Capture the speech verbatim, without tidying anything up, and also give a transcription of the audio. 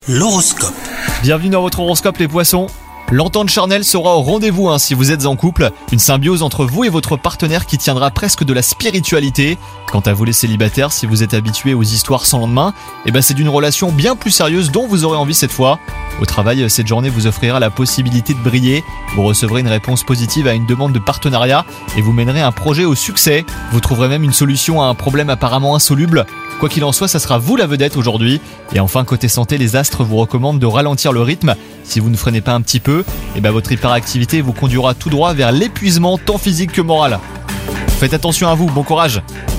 L'horoscope. Bienvenue dans votre horoscope les poissons. L'entente charnelle sera au rendez-vous hein, si vous êtes en couple. Une symbiose entre vous et votre partenaire qui tiendra presque de la spiritualité. Quant à vous les célibataires, si vous êtes habitués aux histoires sans lendemain, eh ben c'est d'une relation bien plus sérieuse dont vous aurez envie cette fois. Au travail, cette journée vous offrira la possibilité de briller. Vous recevrez une réponse positive à une demande de partenariat et vous mènerez un projet au succès. Vous trouverez même une solution à un problème apparemment insoluble. Quoi qu'il en soit, ça sera vous la vedette aujourd'hui. Et enfin, côté santé, les astres vous recommandent de ralentir le rythme. Si vous ne freinez pas un petit peu, eh ben votre hyperactivité vous conduira tout droit vers l'épuisement tant physique que moral. Faites attention à vous, bon courage!